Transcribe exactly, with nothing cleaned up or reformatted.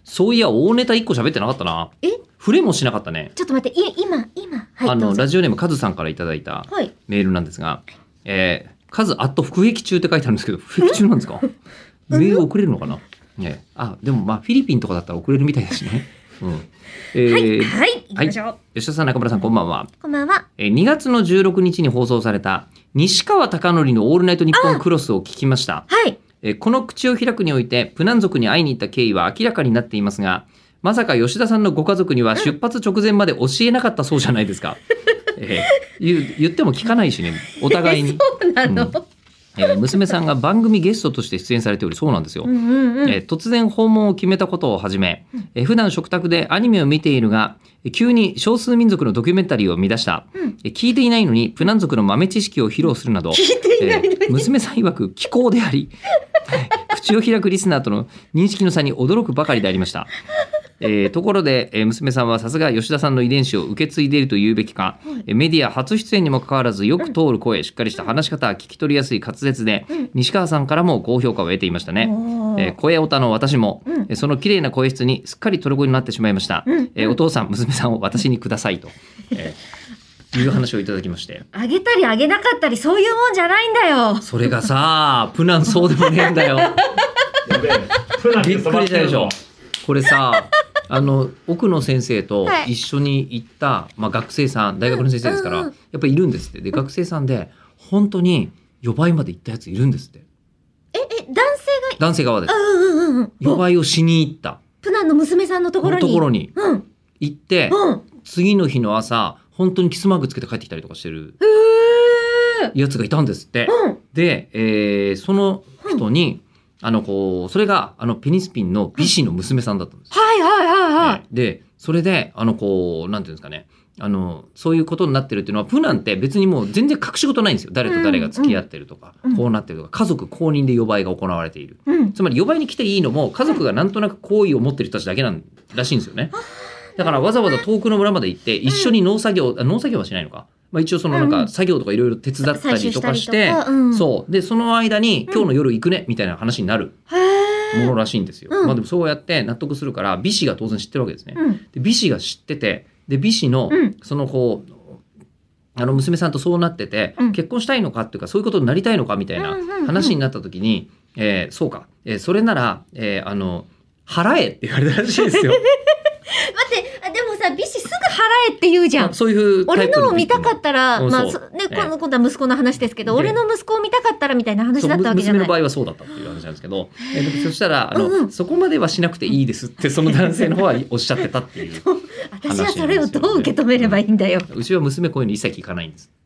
そういや大ネタいっこ喋ってなかったな。 え触れもしなかったね。 ちょっと待って、い今、今。はい、 あどうぞのラジオネームカズさんからいただいたはい。 メールなんですが、えー、カズアット服役中って書いてあるんですけど、服役中なんですか？メール送れるのかな？ね、あ、でもまあフィリピンとかだったら送れるみたいだしね。うん。えー、 はい、はい、行きましょう。 吉田さん、中村さん、こんばんは。 こんばんは。 えーにがつのじゅうろくにちに放送された西川貴教のオールナイトニッポンクロスを聞きました。 はい。 えーこの口を開くにおいてプナン族に会いに行った経緯は明らかになっていますが、まさか吉田さんのご家族には出発直前まで教えなかったそうじゃないですか。えー言う言っても聞かないしね、お互いに。 そうなの、 うんえー娘さんが番組ゲストとして出演されており、そうなんですよ。 うんうんうん。 えー突然訪問を決めたことをはじめ、えー普段食卓でアニメを見ているが、えー急に少数民族のドキュメンタリーを見出した、 うんえー聞いていないのにプナン族の豆知識を披露するなど、 聞いていないのにえー娘さん曰く気候であり口を開くリスナーとの認識の差に驚くばかりでありました。えーところで、えー娘さんはさすが吉田さんの遺伝子を受け継いでいると言うべきか、えーメディア初出演にもかかわらずよく通る声、しっかりした話し方、聞き取りやすい滑舌で、西川さんからも高評価を得ていましたね。 おーえー声オタの私も、 うんえーその綺麗な声質にすっかり虜になってしまいました。 うんえーお父さん娘さんを私にくださいと、えーいう話をいただきまして、 あげたりあげなかったりそういうもんじゃないんだよ。 それがさプナンそうでもねえんだよ。 やべえプランびっくりしたでしょ。これさあの奥野先生とはい一緒に行った、まあ、学生さん大学の先生ですから、 うんうんうんやっぱりいるんですって。で学生さんで本当に予売まで行ったやついるんですって。 え、え、男性が、 男性側です。 うんうんうんうん。 予売をしに行ったプナンの娘さんのところに。 ところにうん。 行って、 うん。 次の日の朝本当にキスマークつけて帰ってきたりとかしてるへー。 やつがいたんですって。 うん。 で、えーその人に、あのこうそれがあのペニスピンの美師の娘さんだったんです。 はいはいはいはい。 ねでそれであのこうなんていうんですかね、あのそういうことになってるっていうのはプナンって別にもう全然隠し事ないんですよ。誰と誰が付き合ってるとか、 うんうんこうなってるとか、家族公認で予売が行われている。 うん。 つまり予売に来ていいのも家族がなんとなく好意を持ってる人たちだけなんらしいんですよね。だからわざわざ遠くの村まで行って一緒に農作業、あ農作業はしないのか、まあ、一応そのなんうんうんか作業とかいろいろ手伝ったりとかして、 採取したりとかうんそうでその間に今日の夜行くねみたいな話になるへー。 ものらしいんですよ。 うんまあでもそうやって納得するから美師が当然知ってるわけですね。 うん。 で美師が知ってて、で美師のうんそのこうあの娘さんとそうなってて、 うん結婚したいのかっていうかそういうことになりたいのかみたいなうんうんうん話になった時に、えーそうか、えーそれなら、えーあの払えって言われたらしいですよ。 待って、あでもさ、美師すぐ払えって言うじゃん。 そういうタイプ俺のを見たかったら、 うんまあ、 そうそね、 ええこの今度は息子の話ですけど、 で俺の息子を見たかったらみたいな話そうだったわけじゃない。 娘の場合はそうだったっていう話なんですけど、えーでもそしたらあの、 うんうんそこまではしなくていいですってその男性の方はおっしゃってたっていう。 私はそれをどう受け止めればいいんだよ。 うちは娘こういうの一切聞かないんです。